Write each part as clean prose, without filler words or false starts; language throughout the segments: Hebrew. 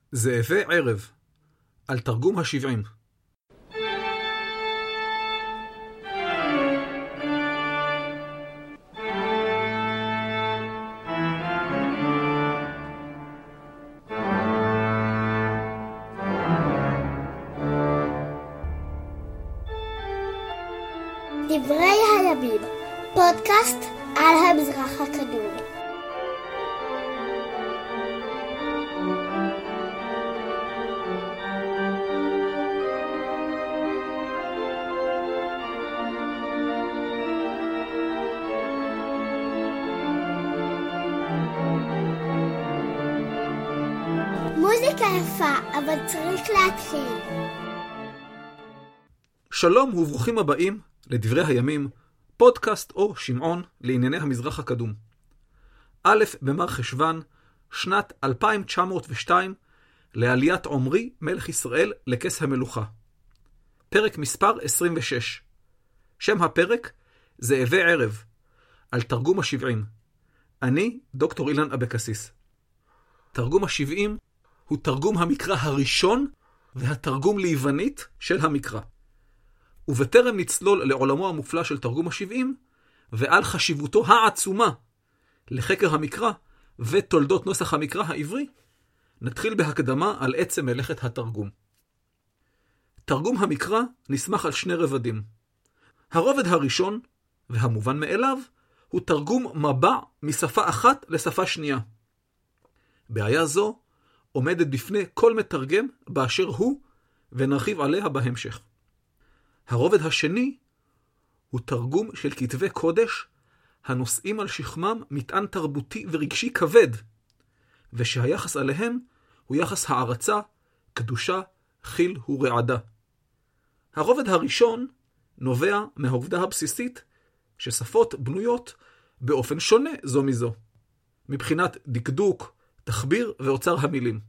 זאבי ערב, על תרגום ה-70. דברי הימים, פודקאסט על המזרח הקדום. מוזיקה יפה, אבל צריך להתחיל. שלום וברוכים הבאים לדברי הימים, פודקאסט או שמעון לענייני המזרח הקדום. א' במר חשוון, שנת 2902, לעליית עומרי מלך ישראל לכס המלוכה. פרק מספר 26. שם הפרק, זאבי ערב, על תרגום ה-70. אני דוקטור אילן אבקסיס. תרגום ה-70 הוא תרגום המקרא הראשון והתרגום ליוונית של המקרא. ובטרם נצלול לעולמו המופלא של תרגום ה-70 ועל חשיבותו העצומה לחקר המקרא ותולדות נוסח המקרא העברי, נתחיל בהקדמה על עצם מלאכת התרגום. תרגום המקרא נסמך על שני רבדים. הרובד הראשון, והמובן מאליו, הוא תרגום מבע משפה אחת לשפה שנייה. בעיה זו עומדת בפני כל מתרגם באשר הוא, ונרחיב עליה בהמשך. הרובד השני הוא תרגום של כתבי קודש הנושאים על שכמם מטען תרבותי ורגשי כבד, ושהיחס עליהם הוא יחס הערצה, קדושה, חיל ורעדה. הרובד הראשון נובע מהעובדה הבסיסית ששפות בנויות באופן שונה זו מזו, מבחינת דקדוק, תחביר ואוצר המילים.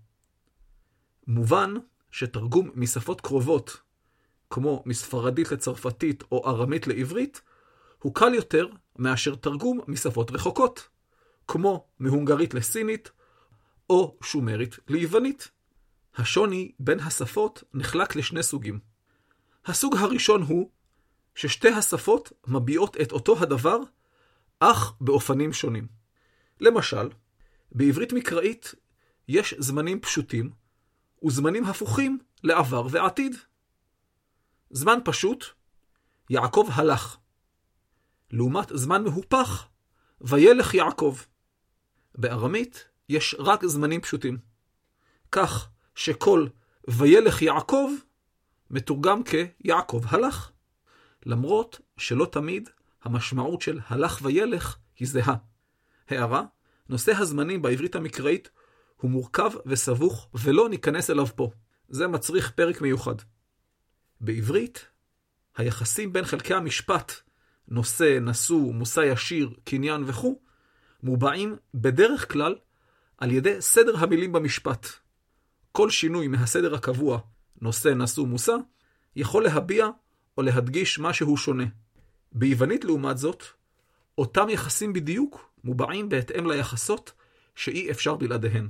מובן שתרגום משפות קרובות, כמו מספרדית לצרפתית או ארמית לעברית, הוא קל יותר מאשר תרגום משפות רחוקות, כמו מהונגרית לסינית או שומרית ליוונית. השוני בין השפות נחלק לשני סוגים. הסוג הראשון הוא ששתי השפות מביעות את אותו הדבר, אך באופנים שונים. למשל, בעברית מקראית יש זמנים פשוטים וזמנים הפוכים לעבר ועתיד. זמן פשוט, יעקב הלך. לעומת זמן מהופך, וילך יעקב. בארמית יש רק זמנים פשוטים. כך שכל וילך יעקב מתורגם כיעקב הלך. למרות שלא תמיד המשמעות של הלך וילך היא זהה. הערה, נושא הזמנים בעברית המקראית הוא מורכב וסבוך ולא ניכנס אליו פה. זה מצריך פרק מיוחד. בעברית, היחסים בין חלקי המשפט, נושא, נשוא, מושא ישיר, קניין וכו', מובעים בדרך כלל על ידי סדר המילים במשפט. כל שינוי מהסדר הקבוע, נושא, נשוא, מושא, יכול להביע או להדגיש משהו שונה. ביוונית לעומת זאת, אותם יחסים בדיוק מובעים בהתאם ליחסות שאי אפשר בלעדיהן.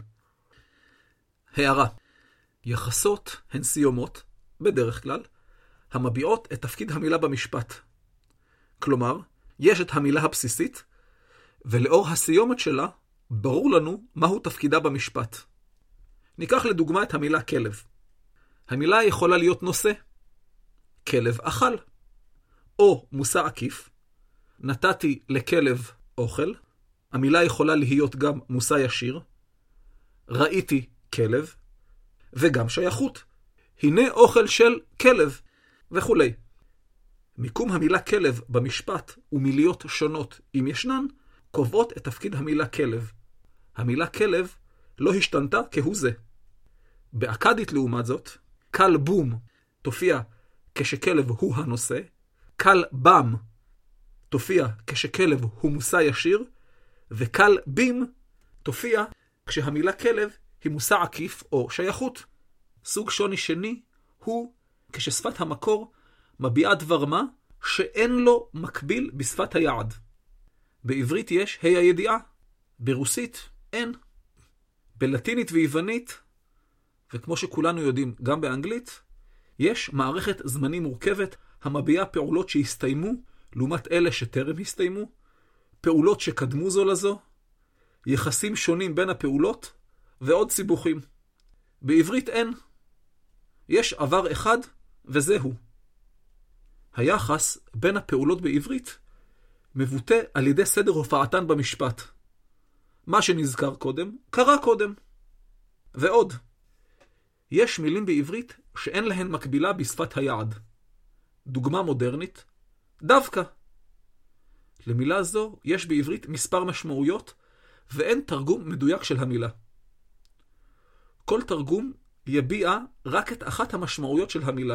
הערה, יחסות הן סיומות, בדרך כלל, המביעות את תפקיד המילה במשפט. כלומר, יש את המילה הבסיסית, ולאור הסיומת שלה, ברור לנו מהו תפקידה במשפט. ניקח לדוגמה את המילה כלב. המילה יכולה להיות נושא, כלב אכל, או מושא עקיף, נתתי לכלב אוכל, המילה יכולה להיות גם מושא ישיר, ראיתי כלב, וגם שייכות. הנה אוכל של כלב, וכו'. מיקום המילה כלב במשפט ומיליות שונות, אם ישנן, קובעות את תפקיד המילה כלב. המילה כלב לא השתנתה כהוא זה. באקדית לעומת זאת, קל בום תופיע כשכלב הוא הנושא, קל בם תופיע כשכלב הוא מושא ישיר, וקל בים תופיע כשהמילה כלב היא מושא עקיף או שייכות. סוג שוני שני הוא כששפת המקור מביעה דבר מה שאין לו מקביל בשפת היעד. בעברית יש ה' הידיעה, ברוסית אין. בלטינית ויוונית וכמו שכולנו יודעים, גם באנגלית, יש מערכת זמנים מורכבת המביעה פעולות שהסתיימו, לעומת אלה שטרם הסתיימו, פעולות שקדמו זו לזו, יחסים שונים בין הפעולות, ועוד סיבוכים. בעברית אין. יש עבר אחד, וזהו. היחס בין הפעולות בעברית מבוטא על ידי סדר הופעתן במשפט. מה שנזכר קודם, קרה קודם. ועוד. יש מילים בעברית שאין להן מקבילה בשפת היעד. דוגמה מודרנית, דווקא. למילה זו יש בעברית מספר משמעויות, ואין תרגום מדויק של המילה. כל תרגום יביע רק את אחת המשמעויות של המילה.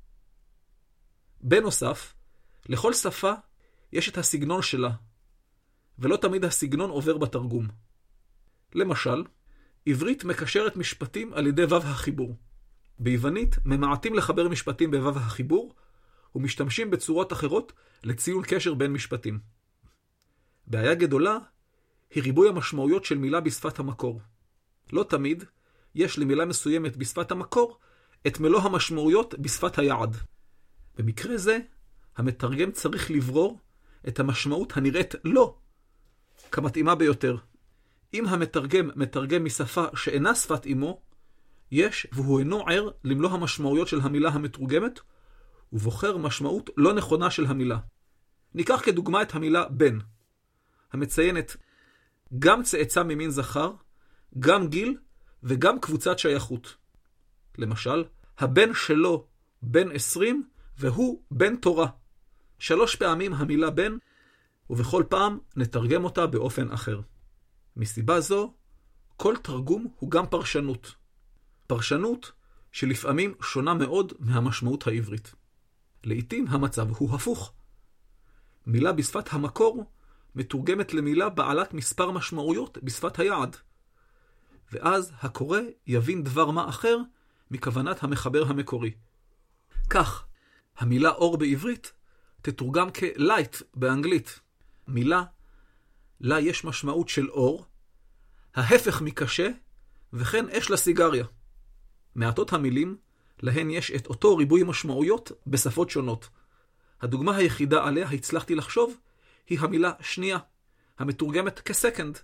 בנוסף, לכל שפה יש את הסגנון שלה, ולא תמיד הסגנון עובר בתרגום. למשל, עברית מקשרת משפטים על ידי וו החיבור. ביוונית ממעטים לחבר משפטים בוו החיבור, ומשתמשים בצורות אחרות לציון קשר בין משפטים. בעיה גדולה היא ריבוי המשמעויות של מילה בשפת המקור. לא תמיד יש למילה מסוימת בשפת המקור את מלוא המשמעויות בשפת היעד. במקרה זה, המתרגם צריך לברור את המשמעות הנראית לא כמתאימה ביותר. אם המתרגם מתרגם משפה שאינה שפת אמו, יש והוא אינו ער למלוא המשמעויות של המילה המתורגמת, ובוחר משמעות לא נכונה של המילה. ניקח כדוגמה את המילה בן, המציינת גם צאצא ממין זכר, גם גיל וגם קבוצת שייכות. למשל, הבן שלו בן 20 והוא בן תורה. 3 פעמים המילה בן, ובכל פעם נתרגם אותה באופן אחר. מסיבה זו, כל תרגום הוא גם פרשנות. פרשנות שלפעמים שונה מאוד מהמשמעות העברית. לעתים המצב הוא הפוך. מילה בשפת המקור מתורגמת למילה בעלת מספר משמעויות בשפת היעד. ואז הקורא יבין דבר מה אחר מכוונת המחבר המקורי. כך, המילה אור בעברית תתורגם כ-light באנגלית. מילה, לה יש משמעות של אור, ההפך מקשה, וכן אש לסיגריה. מעטות המילים, להן יש את אותו ריבוי משמעויות בשפות שונות. הדוגמה היחידה עליה הצלחתי לחשוב היא המילה שנייה, המתורגמת כסקנד.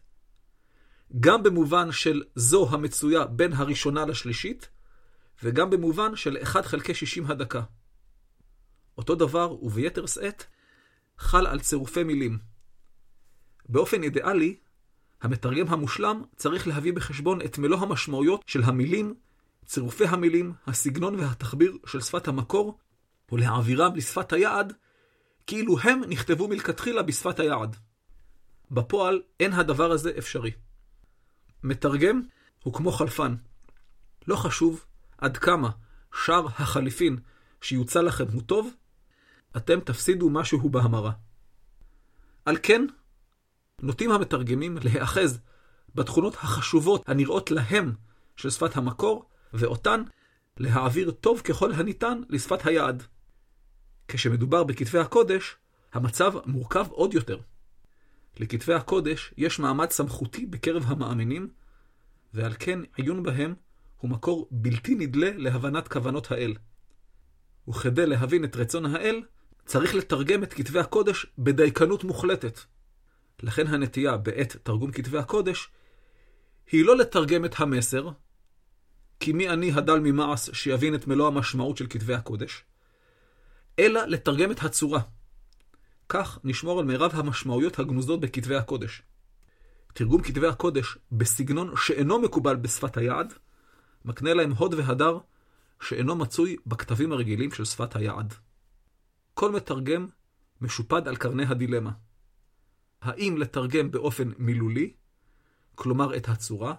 גם במובן של זו המצויה בין הראשונה לשלישית, וגם במובן של 1/60 הדקה. אותו דבר, וביתר שאת, חל על צירופי מילים. באופן אידיאלי, המתרגם המושלם צריך להביא בחשבון את מלוא המשמעויות של המילים, צירופי המילים, הסגנון והתחביר של שפת המקור, ולהעבירם לשפת היעד, כאילו הם נכתבו מלכתחילה בשפת היעד. בפועל אין הדבר הזה אפשרי. מתרגם הוא כמו חלפן. לא חשוב עד כמה שער החליפין שיוצא לכם הוא טוב, אתם תפסידו משהו בהמרה. על כן, נוטים המתרגמים להיאחז בתכונות החשובות הנראות להם של שפת המקור, ואותן להעביר טוב ככל הניתן לשפת היעד. כשמדובר בכתבי הקודש, המצב מורכב עוד יותר. לכתבי הקודש יש מעמד סמכותי בקרב המאמינים, ועל כן עיון בהם הוא מקור בלתי נדלה להבנת כוונות האל. וכדי להבין את רצון האל, צריך לתרגם את כתבי הקודש בדייקנות מוחלטת. לכן הנטייה בעת תרגום כתבי הקודש היא לא לתרגם את המסר, כי מי אני הדל ממעש שיבין את מלוא המשמעות של כתבי הקודש, אלא לתרגם את הצורה. כך נשמור על מירב המשמעויות הגנוזות בכתבי הקודש. תרגום כתבי הקודש בסגנון שאינו מקובל בשפת היעד, מקנה להם הוד והדר שאינו מצוי בכתבים הרגילים של שפת היעד. כל מתרגם משופד על קרני הדילמה. האם לתרגם באופן מילולי, כלומר את הצורה,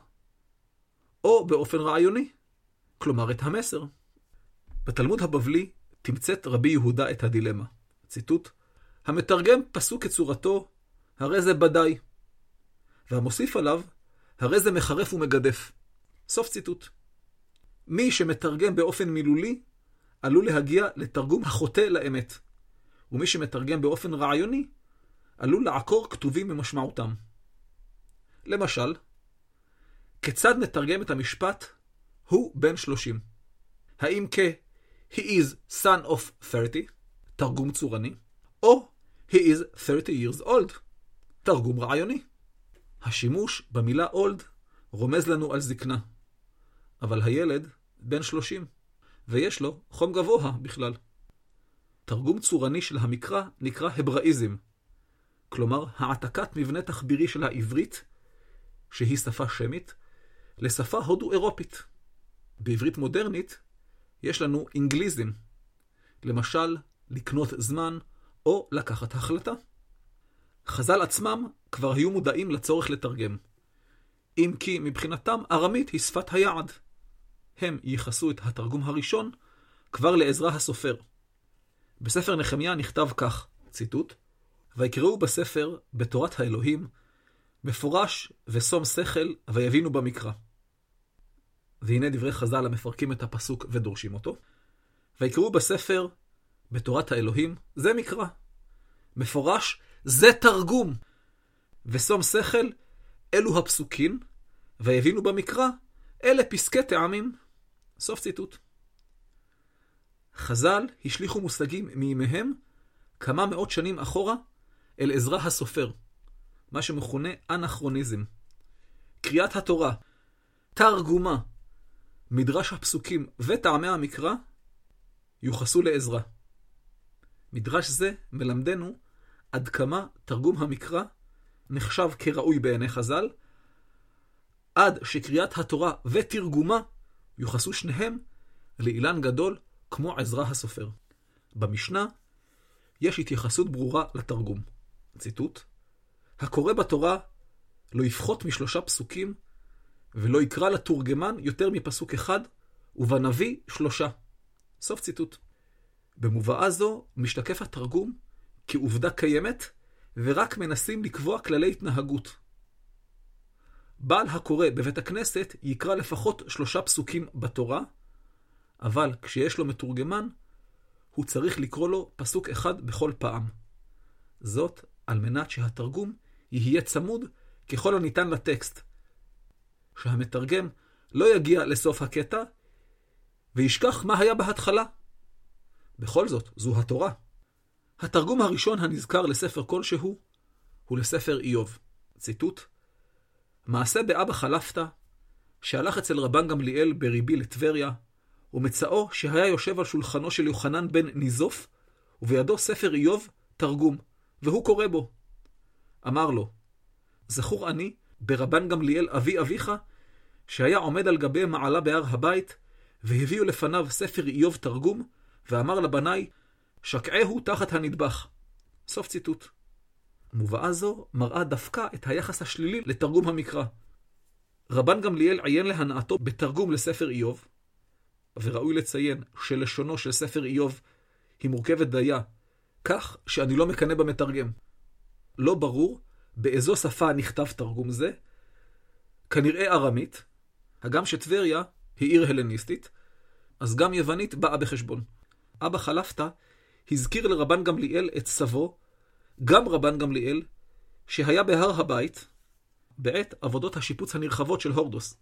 או באופן רעיוני, כלומר את המסר. בתלמוד הבבלי תמצאת רבי יהודה את הדילמה. ציטוט: המתרגם פסוק כצורתו, הרי זה בדי. והמוסיף עליו, הרי זה מחרף ומגדף. סוף ציטוט. מי שמתרגם באופן מילולי, עלול להגיע לתרגום החוטא לאמת. ומי שמתרגם באופן רעיוני, עלול לעקור כתובים ממשמעותם. למשל, כיצד נתרגם את המשפט, הוא בן 30. האם he is son of 30, תרגום צורני, או he is 30 years old, תרגום רעיוני. השימוש במילה old רומז לנו על זקנה, אבל הילד בן 30, ויש לו חום גבוה בכלל. תרגום צורני של המקרא נקרא הבראיזם, כלומר העתקת מבנה תחבירי של העברית, שהיא שפה שמית, לשפה הודו-אירופית. בעברית מודרנית יש לנו אנגליזם, למשל לקנות זמן או לקחת החלטה. חז"ל עצמם כבר היו מודעים לצורך לתרגם, אם כי מבחינתם ארמית היא שפת היעד. הם ייחסו את התרגום הראשון כבר לעזרא הסופר. בספר נחמיה נכתב כך, ציטוט, ויקראו בספר בתורת האלוהים, מפורש ושום שכל ויבינו במקרא. והנה דברי חז"ל המפרקים את הפסוק ודורשים אותו. ויקראו בספר בתורת האלוהים, זה מקרא. מפורש, זה תרגום. ושום שכל, אלו הפסוקים, ויבינו במקרא, אלה פסקי טעמים. סוף ציטוט. חז"ל השליחו מושגים מימיהם כמה מאות שנים אחורה אל עזרא הסופר, מה שמכונה אנכרוניזם. קריאת התורה, תרגומה, מדרש הפסוקים וטעמי המקרא יוחסו לעזרא. מדרש זה מלמדנו עד כמה תרגום המקרא נחשב כראוי בעיני חז"ל, עד שקריאת התורה ותרגומה יוחסו שניהם לאילן גדול כמו עזרא הסופר. במשנה יש התייחסות ברורה לתרגום. ציטוט, הקורא בתורה לא יפחות מ3 פסוקים, ולא יקרא לתורגמן יותר מפסוק אחד, ובנביא 3. סוף ציטוט. במובאה זו משתקף התרגום כעובדה קיימת, ורק מנסים לקבוע כללי התנהגות. בעל הקורא בבית הכנסת יקרא לפחות 3 פסוקים בתורה, אבל כשיש לו מתורגמן, הוא צריך לקרוא לו פסוק אחד בכל פעם. זאת על מנת שהתרגום יהיה צמוד ככל הניתן לטקסט, שהמתרגם לא יגיע לסוף הקטע וישכח מה היה בהתחלה. בכל זאת, זו התורה. התרגום הראשון הנזכר לספר כלשהו הוא לספר איוב. ציטוט, מעשה באבא חלפתא, שהלך אצל רבן גמליאל בריבי לטבריה, ומצאו שהיה יושב על שולחנו של יוחנן בן ניזוף, ובידו ספר איוב תרגום, והוא קורא בו. אמר לו, זכור אני ברבן גמליאל אבי אביך, שהיה עומד על גבי מעלה בהר הבית, והביאו לפניו ספר איוב תרגום, ואמר לבניי, שקעהו תחת הנדבך. סוף ציטוט. מובאה זו מראה דווקא את היחס השלילי לתרגום המקרא. רבן גמליאל עיין להנאתו בתרגום לספר איוב, וראוי לציין שלשונו של ספר איוב היא מורכבת דיה, כך שאני לא מקנה במתרגם. לא ברור באיזו שפה נכתב תרגום זה, כנראה ארמית, הגם שטבריה היא עיר הלניסטית, אז גם יוונית באה בחשבון. אבא חלפתא הזכיר לרבן גמליאל את סבו, גם רבן גמליאל, שהיה בהר הבית, בעת עבודות השיפוץ הנרחבות של הורדוס.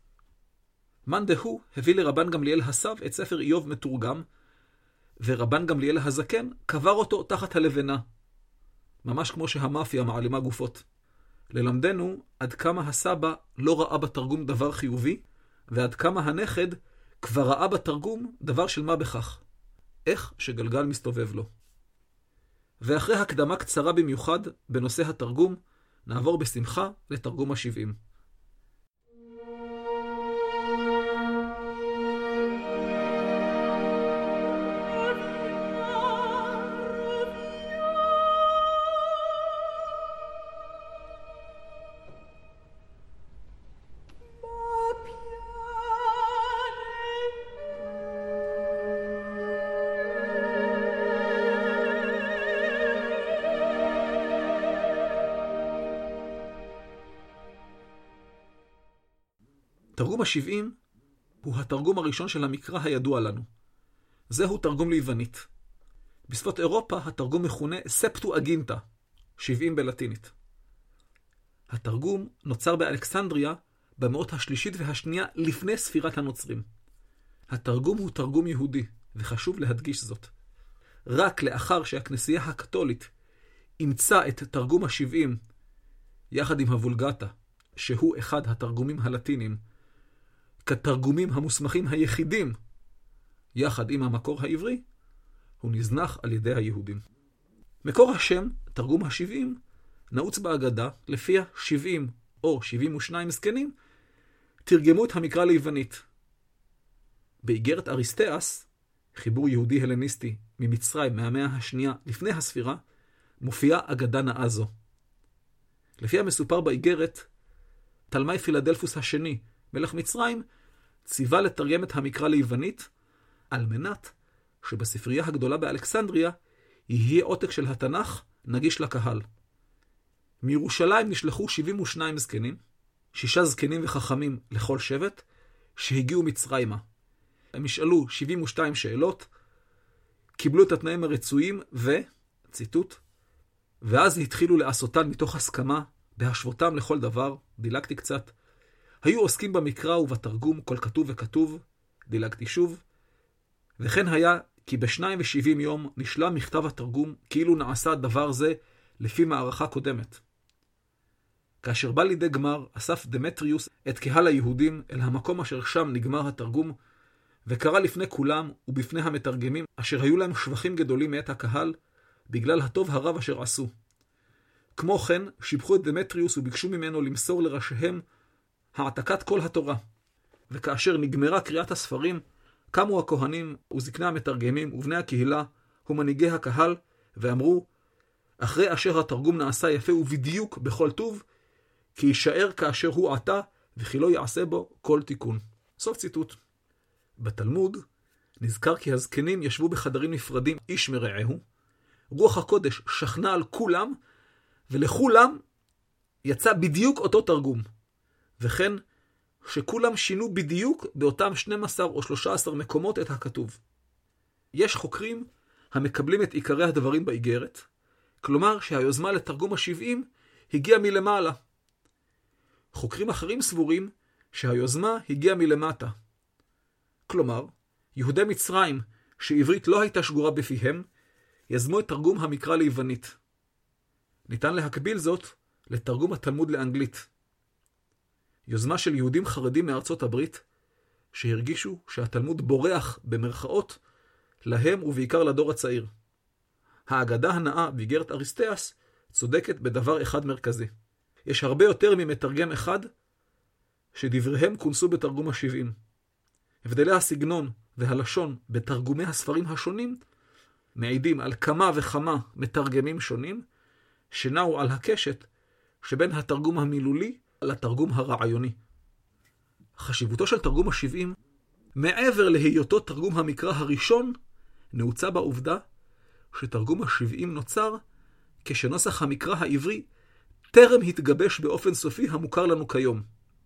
מאן דהוא הביא לרבן גמליאל הסב את ספר איוב מתורגם, ורבן גמליאל הזקן קבר אותו תחת הלבנה, ממש כמו שהמאפיה מעלימה גופות. ללמדנו עד כמה הסבא לא ראה בתרגום דבר חיובי, ועד כמה הנכד כבר ראה בתרגום דבר של מה בכך, איך שגלגל מסתובב לו. ואחרי הקדמה קצרה במיוחד בנושא התרגום, נעבור בשמחה לתרגום ה-70. תרגום ה-70 הוא התרגום הראשון של המקרא הידוע לנו. זהו תרגום ליוונית. בשפות אירופה התרגום מכונה ספטואגינטה, 70 בלטינית. התרגום נוצר באלכסנדריה במאות השלישית והשנייה לפני ספירת הנוצרים. התרגום הוא תרגום יהודי, וחשוב להדגיש זאת. רק לאחר שהכנסייה הקתולית אימצה את תרגום ה-70, יחד עם הוולגטה, שהוא אחד התרגומים הלטיניים, כתרגומים המוסמכים היחידים, יחד עם המקור העברי, הוא נזנח על ידי היהודים. מקור השם, תרגום ה-70, נעוץ באגדה, לפיה 70 או 72 זקנים, תרגמו את המקרא ליוונית. באיגרת אריסטאס, חיבור יהודי הלניסטי ממצרים מהמאה השנייה לפני הספירה, מופיעה אגדה נאה זו. לפי המסופר באיגרת, תלמי פילדלפוס השני, מלך מצרים, ציווה לתרגם את המקרא ליוונית, על מנת שבספרייה הגדולה באלכסנדריה יהיה עותק של התנ"ך נגיש לקהל. מירושלים נשלחו 72 זקנים, 6 זקנים וחכמים לכל שבט, שהגיעו מצרימה. הם ישאלו 72 שאלות, קיבלו את התנאים הרצויים ציטוט, ואז התחילו לעשותן מתוך הסכמה, בהשוותם לכל דבר, דילגתי קצת. היו עוסקים במקרא ובתרגום כל כתוב וכתוב, דילגתי שוב, וכן היה כי ב72 יום נשלם מכתב התרגום כאילו נעשה דבר זה לפי מערכה קודמת. כאשר בא לידי גמר, אסף דמטריוס את קהל היהודים אל המקום אשר שם נגמר התרגום, וקרא לפני כולם ובפני המתרגמים, אשר היו להם שבחים גדולים מאת הקהל, בגלל הטוב הרב אשר עשו. כמו כן, שיבחו את דמטריוס וביקשו ממנו למסור לראשיהם העתקת כל התורה. וכאשר נגמרה קריאת הספרים, קמו הכהנים וזקני המתרגמים ובני הקהילה ומנהיגי הקהל, ואמרו, אחרי אשר התרגום נעשה יפה ובדיוק בכל טוב, כי יישאר כאשר הוא עתה, וכי לא יעשה בו כל תיקון. סוף ציטוט. בתלמוד נזכר כי הזקנים ישבו בחדרים נפרדים איש מרעהו, רוח הקודש שכנה על כולם, ולכולם יצא בדיוק אותו תרגום. וכן שכולם שינו בדיוק באותם 12 או 13 מקומות את הכתוב. יש חוקרים המקבלים את עיקרי הדברים באיגרת, כלומר שהיוזמה לתרגום ה-70 הגיעה מלמעלה. חוקרים אחרים סבורים שהיוזמה הגיעה מלמטה. כלומר, יהודי מצרים שעברית לא הייתה שגורה בפיהם, יזמו את תרגום המקרא ליוונית. ניתן להקביל זאת לתרגום התלמוד לאנגלית. יוזמה של יהודים חרדים מארצות הברית, שהרגישו שהתלמוד בורח במרכאות להם ובעיקר לדור הצעיר. האגדה הנאה באיגרת אריסטאס צודקת בדבר אחד מרכזי. יש הרבה יותר ממתרגם אחד שדבריהם כונסו בתרגום ה-70. הבדלי הסגנון והלשון בתרגומי הספרים השונים מעידים על כמה וכמה מתרגמים שונים שנעו על הקשת שבין התרגום המילולי לתרגום הרעיוני. חשיבותו של תרגום ה-70, מעבר להיותו תרגום המקרא הראשון, נעוצה בעובדה שתרגום ה-70 נוצר כשנוסח המקרא העברי טרם התגבש באופן סופי המוכר לנו כיום.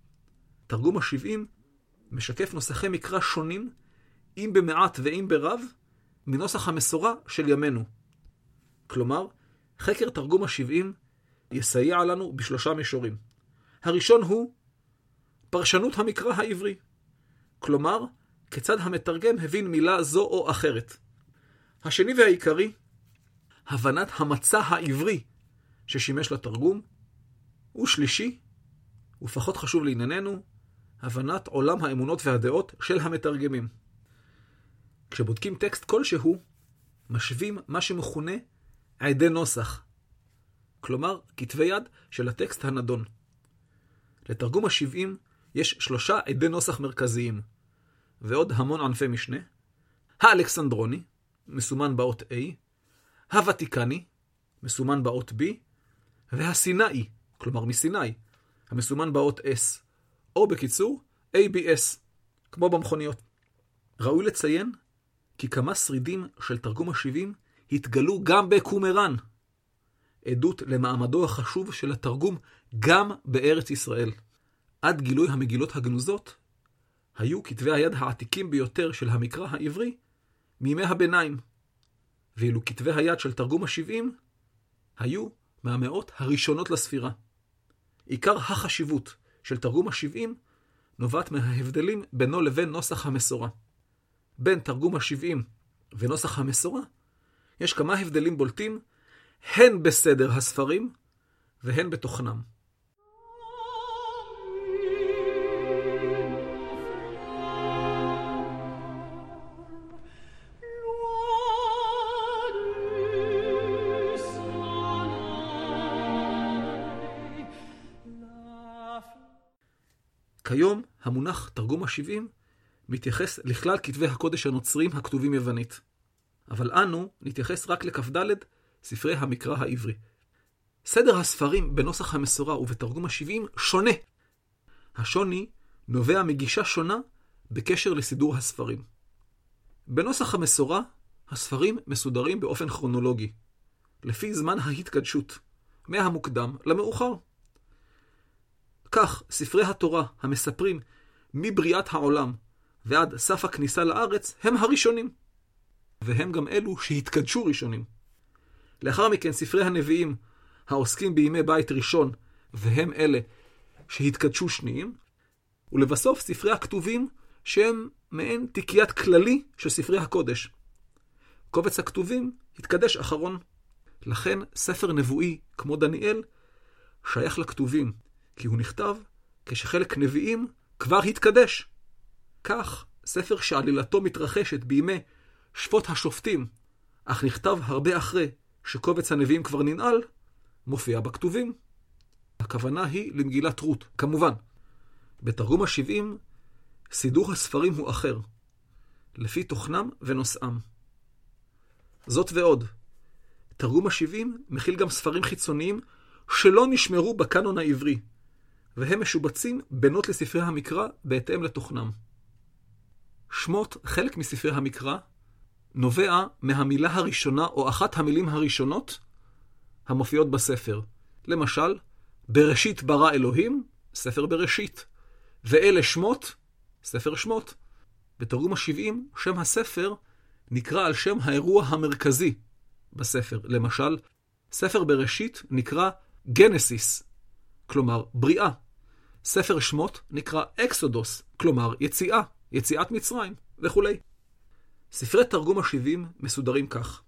תרגום ה-70 משקף נוסחי מקרא שונים, אם במעט ואם ברב, מנוסח המסורה של ימינו. כלומר, חקר תרגום ה-70 יסייע לנו בשלושה מישורים. הראשון הוא פרשנות המקרא העברי. כלומר, כיצד המתרגם הבין מילה זו או אחרת. השני והעיקרי, הבנת המצע העברי ששימש לתרגום. ושלישי, ופחות חשוב לענייננו, הבנת עולם האמונות והדעות של המתרגמים. כשבודקים טקסט כלשהו, משווים מה שמכונה עדי נוסח. כלומר, כתבי יד של הטקסט הנדון. לתרגום ה-70 יש 3 עדי נוסח מרכזיים, ועוד המון ענפי משנה. האלכסנדרוני, מסומן באות A, הוותיקני, מסומן באות B, והסינאי, כלומר מסיני, המסומן באות S, או בקיצור ABS, כמו במכוניות. ראוי לציין כי כמה שרידים של תרגום ה-70 התגלו גם בקומראן, עדות למעמדו החשוב של התרגום גם בארץ ישראל. עד גילוי המגילות הגנוזות, היו כתבי היד העתיקים ביותר של המקרא העברי מימי הביניים, ואילו כתבי היד של תרגום ה-70 היו מהמאות הראשונות לספירה. עיקר החשיבות של תרגום ה-70 נובעת מההבדלים בינו לבין נוסח המסורה. בין תרגום ה-70 ונוסח המסורה, יש כמה הבדלים בולטים, הן בסדר הספרים והן בתוכנם. כיום המונח תרגום ה-70 מתייחס לכלל כתבי הקודש הנוצרים הכתובים יוונית. אבל אנו נתייחס רק לכ"ד ספרי המקרא העברי. סדר הספרים בנוסח המסורה ובתרגום ה-70 שונה. השוני נובע מגישה שונה בקשר לסידור הספרים. בנוסח המסורה הספרים מסודרים באופן כרונולוגי, לפי זמן ההתקדשות, מהמוקדם למאוחר. כך ספרי התורה המספרים מבריאת העולם ועד סף הכניסה לארץ הם הראשונים, והם גם אלו שהתקדשו ראשונים. לאחר מכן ספרי הנביאים העוסקים בימי בית ראשון, והם אלה שהתקדשו שניים, ולבסוף ספרי הכתובים שהם מעין תיקיית כללי של ספרי הקודש. קובץ הכתובים התקדש אחרון. לכן ספר נבואי כמו דניאל שייך לכתובים, כי הוא נכתב כשחלק נביאים כבר התקדש. כך ספר שעלילתו מתרחשת בימי שפוט השופטים, אך נכתב הרבה אחרי שקובץ הנביאים כבר ננעל, מופיע בכתובים. הכוונה היא למגילת רות, כמובן. בתרגום ה-70 סידור הספרים הוא אחר, לפי תוכנם ונושאם. זאת ועוד, תרגום ה-70 מכיל גם ספרים חיצוניים שלא נשמרו בקנון העברי, והם משובצים בנות לספרי המקרא בהתאם לתוכנם. שמות חלק מספרי המקרא נובע מהמילה הראשונה או אחת המילים הראשונות המופיעות בספר. למשל, בראשית ברא אלוהים, ספר בראשית, ואלה שמות, ספר שמות. בתרגום ה-70 שם הספר נקרא על שם האירוע המרכזי בספר. למשל, ספר בראשית נקרא גנסיס, כלומר בריאה. ספר שמות נקרא אקסודוס, כלומר יציאה, יציאת מצרים וכו'. ספרי תרגום ה-70 מסודרים כך: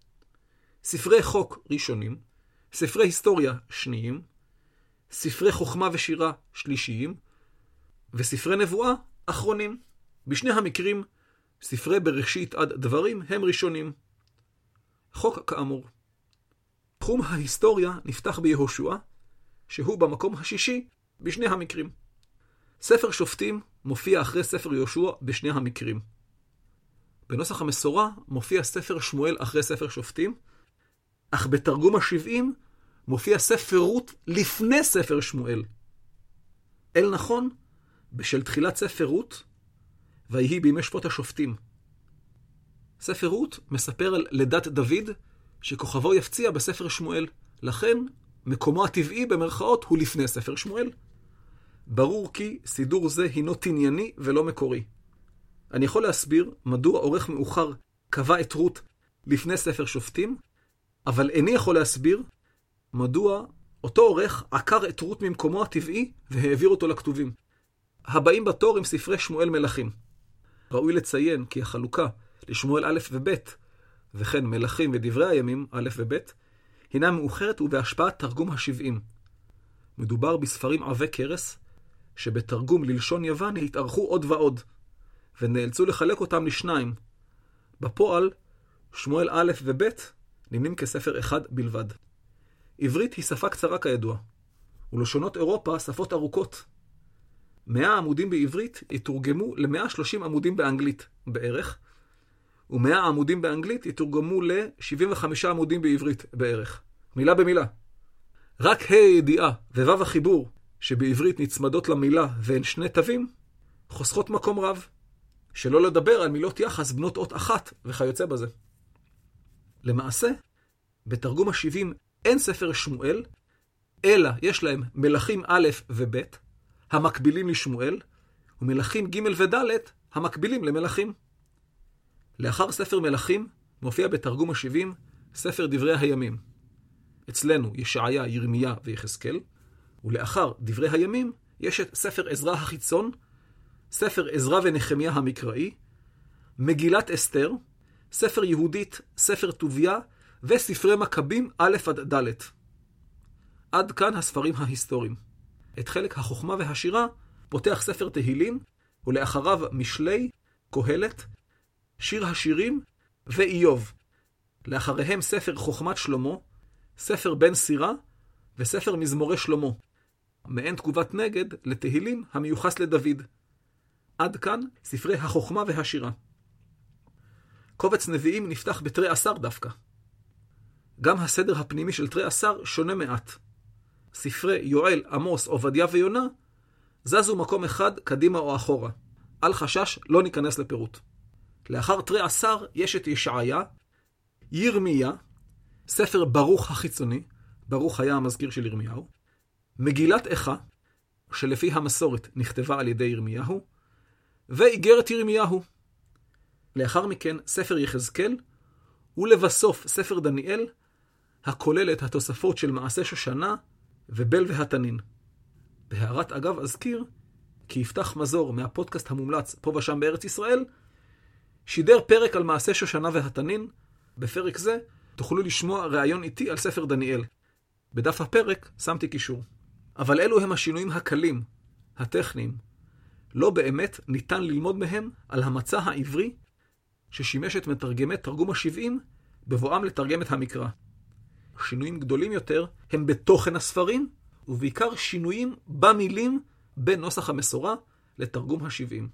ספרי חוק ראשונים, ספרי היסטוריה שניים, ספרי חוכמה ושירה שלישיים, וספרי נבואה אחרונים. בשני המקרים, ספרי בראשית עד דברים הם ראשונים. חוק כאמור. תחום ההיסטוריה נפתח ביהושע, שהוא במקום השישי בשני המקרים. ספר שופטים מופיע אחרי ספר יהושע בשני המקרים. בנוסח המסורה מופיע ספר שמואל אחרי ספר שופטים, אך בתרגום ה-70 מופיע ספר רות לפני ספר שמואל. אל נכון, בשל תחילת ספר רות, ויהי בימי שפוט השופטים. ספר רות מספר על לידת דוד, שכוכבו יפציע בספר שמואל, לכן מקומו הטבעי במרכאות הוא לפני ספר שמואל. ברור כי סידור זה הינו תנייני ולא מקורי. אני יכול להסביר מדוע עורך מאוחר קבע את רות לפני ספר שופטים, אבל איני יכול להסביר מדוע אותו עורך עקר את רות ממקומו הטבעי והעביר אותו לכתובים. הבאים בתור עם ספרי שמואל מלכים. ראוי לציין כי החלוקה לשמואל א' וב' וכן מלכים ודברי הימים א' וב' הינה מאוחרת ובהשפעת תרגום ה-70. מדובר בספרים עבי קרס שבתרגום ללשון יוון התארכו עוד ועוד, ונאלצו לחלק אותם לשניים. בפועל, שמואל א' וב' נמנים כספר אחד בלבד. עברית היא שפה קצרה כידוע, ולשונות אירופה שפות ארוכות. 100 עמודים בעברית יתורגמו ל-130 עמודים באנגלית בערך, ו100 עמודים באנגלית יתורגמו ל-75 עמודים בעברית בערך. מילה במילה. רק הידיעה ווו החיבור שבעברית נצמדות למילה והן שני תווים, חוסכות מקום רב. שלא לדבר על מילות יחס בנות אות אחת וכיוצא בזה. למעשה, בתרגום ה-70 אין ספר שמואל, אלא יש להם מלכים א' וב' המקבילים לשמואל, ומלכים ג' וד' המקבילים למלכים. לאחר ספר מלכים מופיע בתרגום ה-70 ספר דברי הימים. אצלנו ישעיה, ירמיה ויחזקאל, ולאחר דברי הימים יש את ספר עזרא החיצון, ספר עזרא ונחמיה המקראי, מגילת אסתר, ספר יהודית, ספר טוביה וספרי מכבים א' עד ד'. עד כאן הספרים ההיסטוריים. את חלק החוכמה והשירה פותח ספר תהילים, ולאחריו משלי, קהלת, שיר השירים ואיוב. לאחריהם ספר חוכמת שלמה, ספר בן סירה וספר מזמורי שלמה. מעין תגובת נגד לתהילים המיוחס לדוד. עד כאן ספרי החוכמה והשירה. קובץ נביאים נפתח בתרי עשר דווקא. גם הסדר הפנימי של תרי עשר שונה מעט. ספרי יואל, עמוס, עובדיה ויונה זזו מקום אחד קדימה או אחורה. אל חשש, לא ניכנס לפירוט. לאחר תרי עשר יש את ישעיה, ירמיה, ספר ברוך החיצוני, ברוך היה המזכיר של ירמיהו, מגילת איכה, שלפי המסורת נכתבה על ידי ירמיהו, ואיגרת ירמיהו. לאחר מכן ספר יחזקאל, ולבסוף ספר דניאל, הכולל את התוספות של מעשה שושנה ובל והתנין. בהערת אגב אזכיר כי יפתח מזור מהפודקאסט המומלץ פה ושם בארץ ישראל, שידר פרק על מעשה שושנה והתנין. בפרק זה תוכלו לשמוע ראיון איתי על ספר דניאל. בדף הפרק שמתי קישור. אבל אלו הם השינויים הקלים, הטכניים. לא באמת ניתן ללמוד מהם על המצע העברי ששימש את מתרגמי תרגום ה-70 בבואם לתרגם את המקרא. שינויים גדולים יותר הם בתוכן הספרים, ובעיקר שינויים במילים בין נוסח המסורה לתרגום ה-70.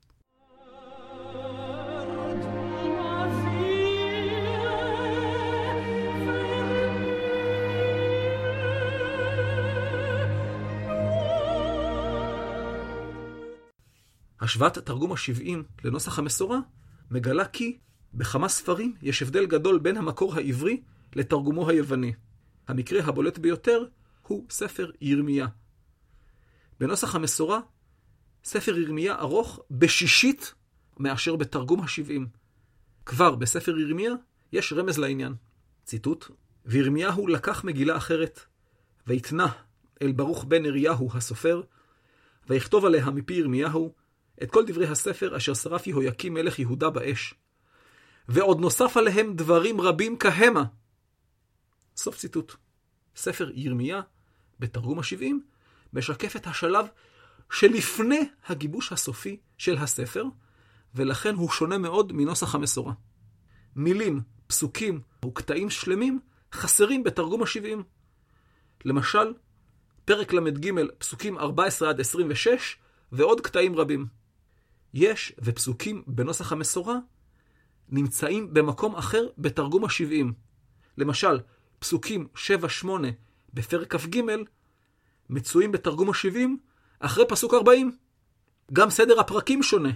השוואת תרגום ה-70 לנוסח המסורה מגלה כי בכמה ספרים יש הבדל גדול בין המקור העברי לתרגומו היווני. המקרה הבולט ביותר הוא ספר ירמיה. בנוסח המסורה, ספר ירמיה ארוך בשישית מאשר בתרגום ה-70. כבר בספר ירמיה יש רמז לעניין. ציטוט: וירמיהו לקח מגילה אחרת, ויתנה אל ברוך בן נריהו הסופר, ויכתוב עליה מפי ירמיהו את כל דברי הספר אשר שרף יהויקים מלך יהודה באש. ועוד נוסף עליהם דברים רבים כהמה. סוף ציטוט. ספר ירמיה בתרגום ה-70 משקף את השלב שלפני הגיבוש הסופי של הספר, ולכן הוא שונה מאוד מנוסח המסורה. מילים, פסוקים וקטעים שלמים חסרים בתרגום ה-70. למשל, פרק למד ג' פסוקים 14 עד 26 ועוד קטעים רבים. יש ופסוקים בנוסח המסורה נמצאים במקום אחר בתרגום ה-70. למשל, פסוקים 7-8 בפרק כ"ג מצויים בתרגום ה-70 אחרי פסוק 40. גם סדר הפרקים שונה.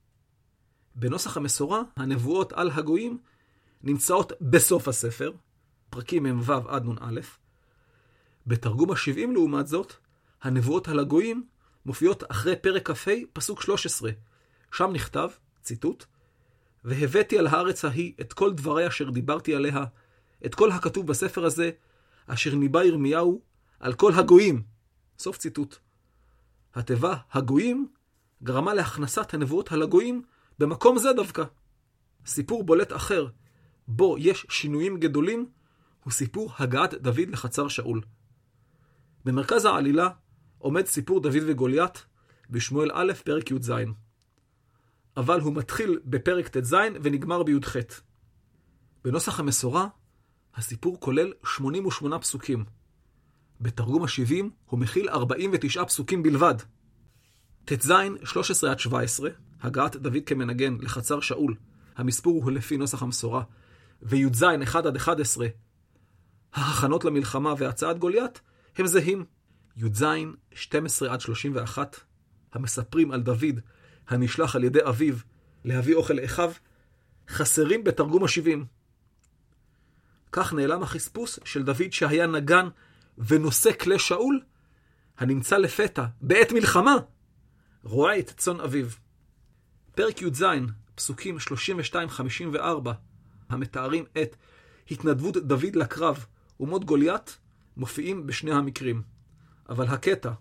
בנוסח המסורה, הנבואות על הגויים נמצאות בסוף הספר, פרקים מ"ו עד נ"א. בתרגום ה-70 לעומת זאת, הנבואות על הגויים מופיעות אחרי פרק כ"ה פסוק 13. שם נכתב, ציטוט: והבאתי על הארץ ההיא את כל דברי אשר דיברתי עליה, את כל הכתוב בספר הזה, אשר ניבא ירמיהו על כל הגויים. סוף ציטוט. התיבה הגויים גרמה להכנסת הנבואות על הגויים במקום זה דווקא. סיפור בולט אחר, בו יש שינויים גדולים, הוא סיפור הגעת דוד לחצר שאול. במרכז העלילה עומד סיפור דוד וגוליית בשמואל א' פרק י"ז. אבל הוא מתחיל בפרק ט"ז ונגמר בי"ח. בנוסח המסורה, הסיפור כולל 88 פסוקים. בתרגום ה-70 הוא מכיל 49 פסוקים בלבד. ט"ז 13 עד 17, הגעת דוד כמנגן לחצר שאול, המספור הוא לפי נוסח המסורה, וי"ז 1 עד 11, ההכנות למלחמה והצעת גוליית, הם זהים. י"ז 12 עד 31, המספרים על דוד הנשלח על ידי אביו להביא אוכל לאחיו, חסרים בתרגום ה-70. כך נעלם החספוס של דוד שהיה נגן ונושא כלי שאול, הנמצא לפתע בעת מלחמה, רואה את צאן אביו. פרק י"ז, פסוקים 32-54, המתארים את התנדבות דוד לקרב ומות גוליית, מופיעים בשני המקרים. אבל הקטע,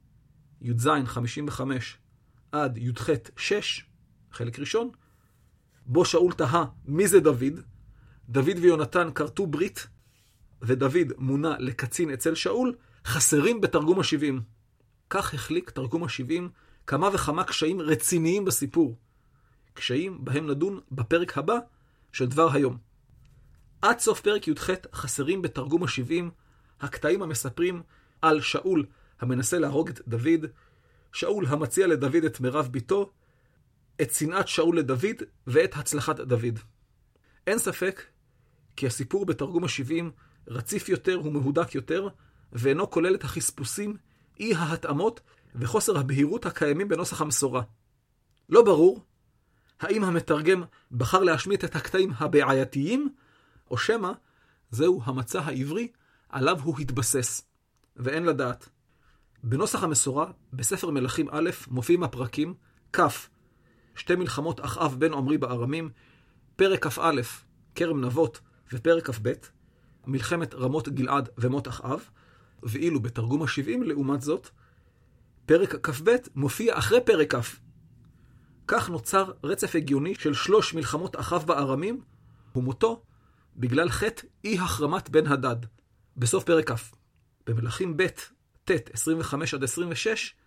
י"ז 55 עד י"ח 6, חלק ראשון, בו שאול תהה מי זה דוד. דוד ויונתן כרתו ברית, ודוד מונה לקצין אצל שאול, חסרים בתרגום ה-70. כך החליק תרגום ה-70 כמה וכמה קשיים רציניים בסיפור. קשיים בהם נדון בפרק הבא של דבר היום. עד סוף פרק י"ח חסרים בתרגום ה-70 הקטעים המספרים על שאול המנסה להרוג את דוד, שאול המציע לדוד את מירב ביתו, את שנאת שאול לדוד ואת הצלחת דוד. אין ספק כי הסיפור בתרגום ה-70 רציף יותר ומהודק יותר, ואינו כולל את החספוסים, אי ההתאמות וחוסר הבהירות הקיימים בנוסח המסורה. לא ברור האם המתרגם בחר להשמיט את הקטעים הבעייתיים, או שמא זהו המצע העברי עליו הוא התבסס, ואין לדעת. בנוסח המסורה, בספר מלכים א', מופיעים הפרקים כ', שתי מלחמות אחאב בן עמרי בארמים, פרק כ"א, כרם נבות, ופרק כ"ב, מלחמת רמות גלעד ומות אחאב, ואילו בתרגום ה-70 לעומת זאת, פרק כ"ב מופיע אחרי פרק כ'. כך נוצר רצף הגיוני של 3 מלחמות אחאב בארמים, ומותו בגלל חטא אי החרמת בן הדד, בסוף פרק כ'. במלכים ב' ט' 25-26,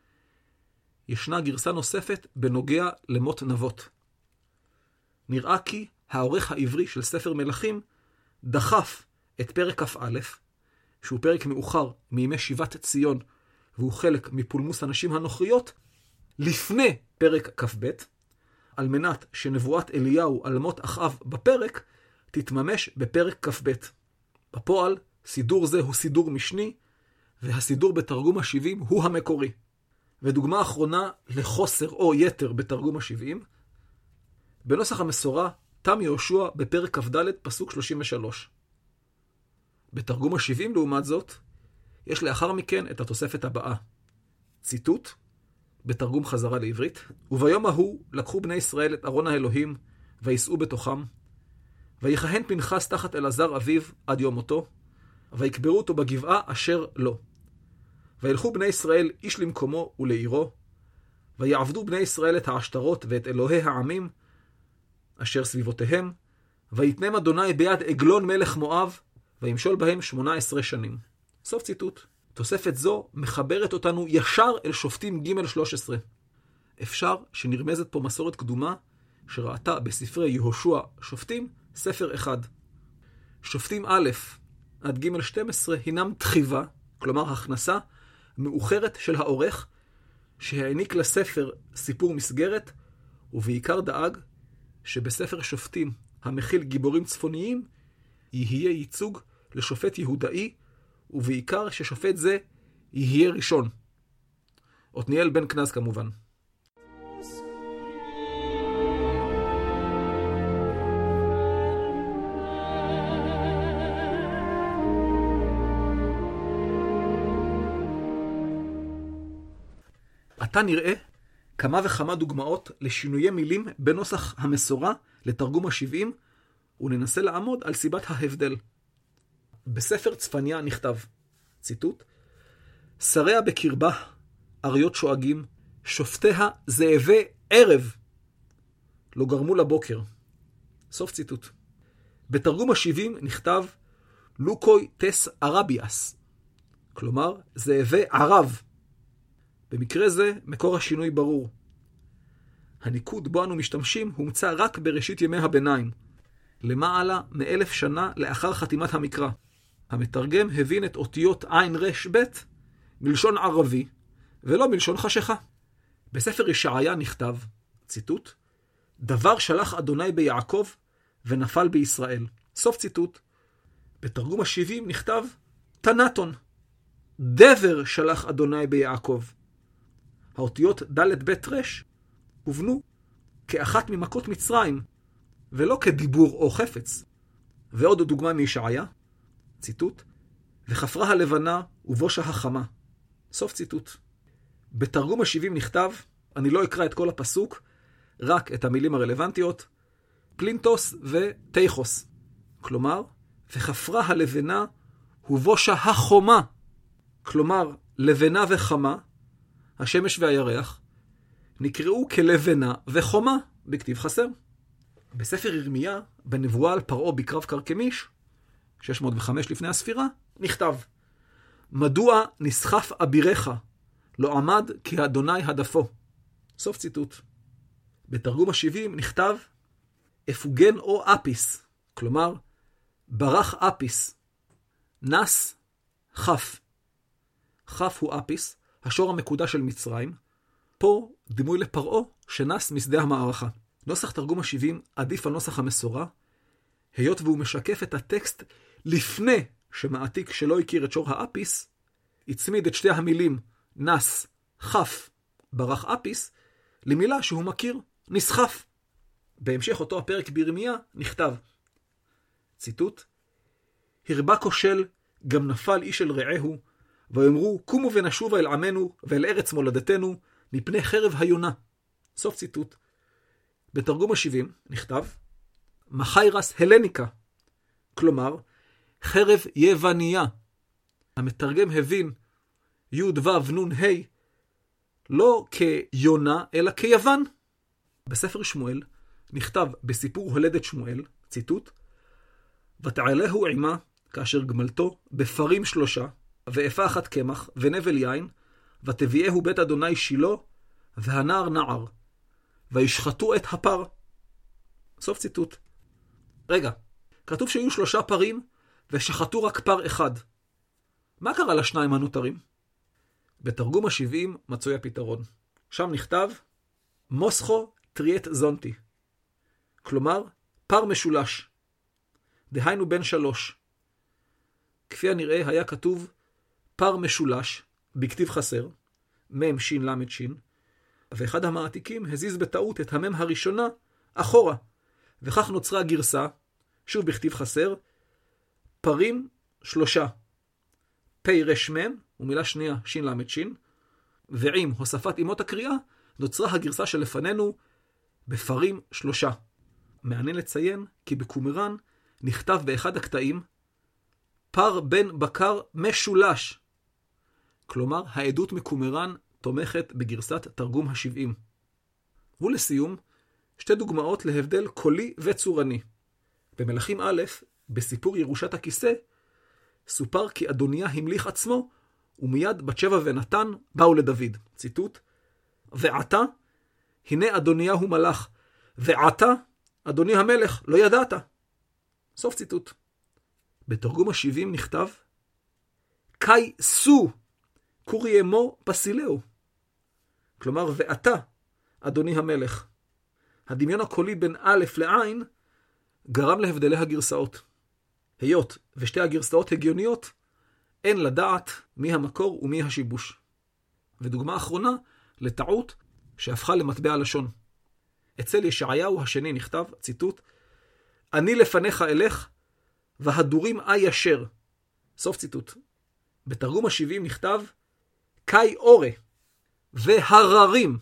ישנה גרסה נוספת בנוגע למות נבות. נראה כי העורך העברי של ספר מלכים דחף את פרק כ"א, שהוא פרק מאוחר מימי שיבת ציון, והוא חלק מפולמוס הנשים הנוכריות, לפני פרק כ"ב, על מנת שנבואת אליהו על מות אחאב בפרק תתממש בפרק כ"ב. בפועל, סידור זה הוא סידור משני, והסידור בתרגום ה-70 הוא המקורי. ודוגמה אחרונה לחוסר או יתר בתרגום ה-70, בנוסח המסורה תם יהושע בפרק כ"ד פסוק 33. בתרגום ה-70 לעומת זאת, יש לאחר מכן את התוספת הבאה. ציטוט, בתרגום חזרה לעברית, וביום ההוא לקחו בני ישראל את ארון האלוהים, ויסעו בתוכם, ויכהן פנחס תחת אלעזר אביו עד יום מותו, ויקברו אותו בגבעה אשר לו. וילכו בני ישראל איש למקומו ולעירו, ויעבדו בני ישראל את העשתרות ואת אלוהי העמים, אשר סביבותיהם, ויתנם אדוני ביד עגלון מלך מואב, וימשול בהם 18 שנים. סוף ציטוט. תוספת זו מחברת אותנו ישר אל שופטים ג' 13. אפשר שנרמזת פה מסורת קדומה, שראתה בספרי יהושע שופטים, ספר אחד. שופטים א' עד ג' 12 הינם תחיבה, כלומר הכנסה מאוחרת של העורך, שהעניק לספר סיפור מסגרת, ובעיקר דאג שבספר שופטים המכיל גיבורים צפוניים, יהיה ייצוג לשופט יהודאי, ובעיקר ששופט זה יהיה ראשון. עתניאל בן כנז כמובן. עתה נראה כמה וכמה דוגמאות לשינויי מילים בנוסח המסורה לתרגום ה-70, וננסה לעמוד על סיבת ההבדל. בספר צפניה נכתב, ציטוט, שריה בקרבה, אריות שואגים, שופטיה זאבי ערב, לא גרמו לבוקר. סוף ציטוט. בתרגום ה-70 נכתב, לוקוי טס ערביאס, כלומר זאבי ערב. במקרה זה מקור השינוי ברור. הניקוד בו אנו משתמשים הומצא רק בראשית ימי הביניים, למעלה מ1000 שנה לאחר חתימת המקרא. המתרגם הבין את אותיות עין רש בית מלשון ערבי, ולא מלשון חשיכה. בספר ישעיה נכתב, ציטוט, דבר שלח אדוני ביעקב ונפל בישראל. סוף ציטוט. בתרגום ה-70 נכתב, תנתון, דבר שלח אדוני ביעקב. האותיות ד' ב' רש הובנו כאחת ממכות מצרים, ולא כדיבור או חפץ. ועוד דוגמה מישעיה, ציטוט, וחפרה הלבנה ובושה החמה. סוף ציטוט. בתרגום ה-70 נכתב, אני לא אקרא את כל הפסוק, רק את המילים הרלוונטיות, פלינטוס ותיכוס. כלומר, וחפרה הלבנה ובושה החומה. כלומר, לבנה וחמה, השמש והירח, נקראו כלבנה וחומה בכתיב חסר. בספר ירמיה, בנבואה על פרעה בקרב קרקמיש, 605 לפני הספירה, נכתב, מדוע נסחף אבירך, לא עמד כי אדוני הדפו. סוף ציטוט. בתרגום ה-70 נכתב, אפוגן או אפיס, כלומר, ברח אפיס, נס חף. חף הוא אפיס, השור המקודש של מצרים, פה דימוי לפרעה שנס משדה המערכה. נוסח תרגום ה-70 עדיף על נוסח המסורה, היות והוא משקף את הטקסט לפני שמעתיק שלא הכיר את שור האפיס, הצמיד את שתי המילים נס חף ברח אפיס למילה שהוא מכיר, נסחף. בהמשך אותו הפרק בירמיה נכתב, ציטוט, הרבה כושל, גם נפל איש אל רעהו, ואמרו, קומו ונשובה אל עמנו ואל ארץ מולדתנו, מפני חרב היונה. סוף ציטוט. בתרגום ה-70 נכתב, מחיירס הלניקה, כלומר, חרב יווניה. המתרגם הבין י' ו' נ' ה' לא כיונה, אלא כיוון. בספר שמואל נכתב בסיפור הולדת שמואל, ציטוט, ותעלהו עמה, כאשר גמלתו, בפרים 3, ואפה 1 קמח, ונבל יין, ותביאהו בית אדוני שילה, והנער נער, וישחטו את הפר. סוף ציטוט. רגע, כתוב שהיו 3 פרים, ושחטו רק פר אחד. מה קרה לשניים הנותרים? בתרגום ה-70 מצוי הפתרון. שם נכתב, מוסכו טריאט זונטי. כלומר, פר משולש. דהיינו בן 3. כפי הנראה היה כתוב פר משולש, בכתיב חסר, מם שין למד שין, ואחד המעתיקים הזיז בטעות את המם הראשונה אחורה, וכך נוצרה גרסה, שוב בכתיב חסר, פרים 3. פי רש מם, ומילה שנייה שין למד שין, ועם הוספת אימות הקריאה, נוצרה הגרסה שלפנינו בפרים 3. מעניין לציין כי בקומראן נכתב באחד הקטעים פר בן בקר משולש. כלומר, העדות מקומראן תומכת בגרסת תרגום ה-70. ולסיום, 2 דוגמאות להבדל קולי וצורני. במלכים א', בסיפור ירושת הכיסא, סופר כי אדוניה המליך עצמו, ומיד בת שבע ונתן באו לדוד. ציטוט, ועתה, הנה אדוניה הוא מלך, ועתה, אדוני המלך, לא ידעת. סוף ציטוט. בתרגום ה-70 נכתב, קאי סו, קורי אמו פסילאו. כלומר, ועתה, אדוני המלך. הדמיון הקולי בין א' לעין גרם להבדלי הגרסאות. היות ושתי הגרסאות הגיוניות, אין לדעת מי המקור ומי השיבוש. ודוגמה אחרונה לטעות שהפכה למטבע לשון. אצל ישעיהו השני נכתב, ציטוט, אני לפניך אלך, והדורים איישר. סוף ציטוט. בתרגום ה-70 נכתב, קאי אורה, והררים.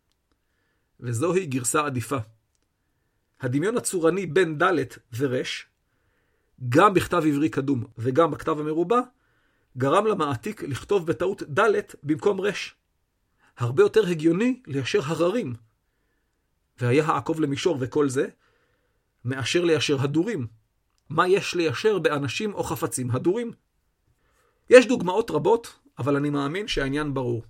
וזוהי גרסה עדיפה. הדמיון הצורני בין ד' ורש, גם בכתב עברי קדום וגם בכתב המרובע, גרם למעתיק לכתוב בטעות ד' במקום רש. הרבה יותר הגיוני ליישר הררים, והיה העקוב למישור וכל זה, מאשר ליישר הדורים. מה יש ליישר באנשים או חפצים הדורים? יש דוגמאות רבות, אבל אני מאמין שהעניין ברור.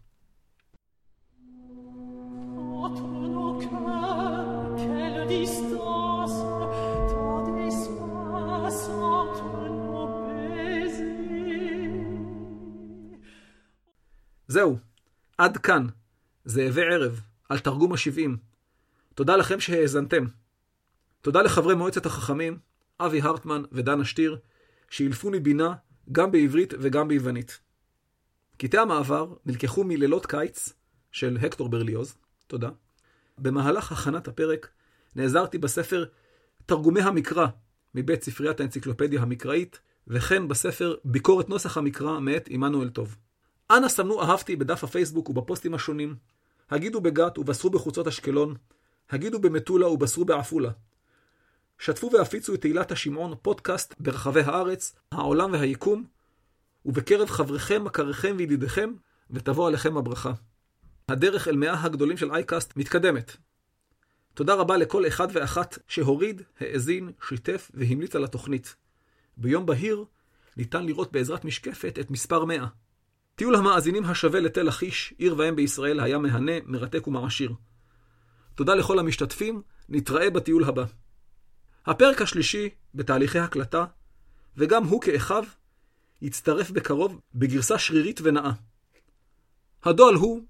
זהו, עד כאן, זאבי ערב, על תרגום ה-70. תודה לכם שהאזנתם. תודה לחברי מועצת החכמים, אבי הרטמן ודן אשתיר, שאילפוני בינה גם בעברית וגם ביוונית. קטעי המעבר נלקחו מלילות קיץ של הקטור ברליוז, תודה. במהלך הכנת הפרק נעזרתי בספר תרגומי המקרא מבית ספריית האנציקלופדיה המקראית, וכן בספר ביקורת נוסח המקרא מאת עמנואל טוב. אנא סמנו אהבתי בדף הפייסבוק ובפוסטים השונים, הגידו בגת ובשרו בחוצות אשקלון, הגידו במטולה ובשרו בעפולה. שתפו והפיצו את תהילת השמעון פודקאסט ברחבי הארץ, העולם והיקום, ובקרב חבריכם, מכריכם וידידיכם, ותבוא עליכם הברכה. הדרך אל 100 הגדולים של אייקאסט מתקדמת. תודה רבה לכל אחד ואחת שהוריד, האזין, שיתף והמליץ על התוכנית. ביום בהיר ניתן לראות בעזרת משקפת את מספר 100. טיול המאזינים השווה לתל אחיש, עיר ואם בישראל, היה מהנה, מרתק ומעשיר. תודה לכל המשתתפים, נתראה בטיול הבא. הפרק השלישי בתהליכי הקלטה, וגם הוא כאחיו, יצטרף בקרוב בגרסה שרירית ונאה. הדואל הוא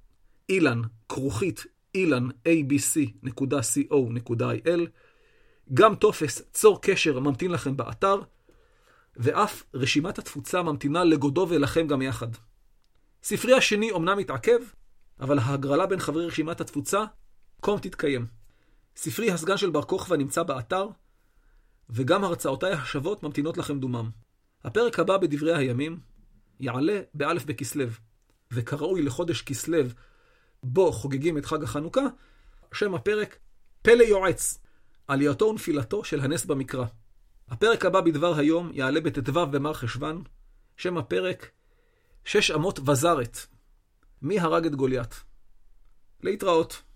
ilan@abc.co.il. גם טופס צור קשר ממתין לכם באתר, ואף רשימת התפוצה ממתינה לגודו ולכם גם יחד. ספרי השני אומנם מתעכב, אבל ההגרלה בין חברי רשימת התפוצה קום תתקיים. ספרי הסגן של בר כוכבא נמצא באתר, וגם הרצאותיי השוות ממתינות לכם דומם. הפרק הבא בדברי הימים יעלה באלף בכסלו, וכראוי לחודש כסלו בו חוגגים את חג החנוכה, שם הפרק פלא יועץ, עלייתו ונפילתו של הנס במקרא. הפרק הבא בדבר היום יעלה בט"ו במר חשוון, שם הפרק 6 אמות וזרת, מי הרג את גוליית. להתראות.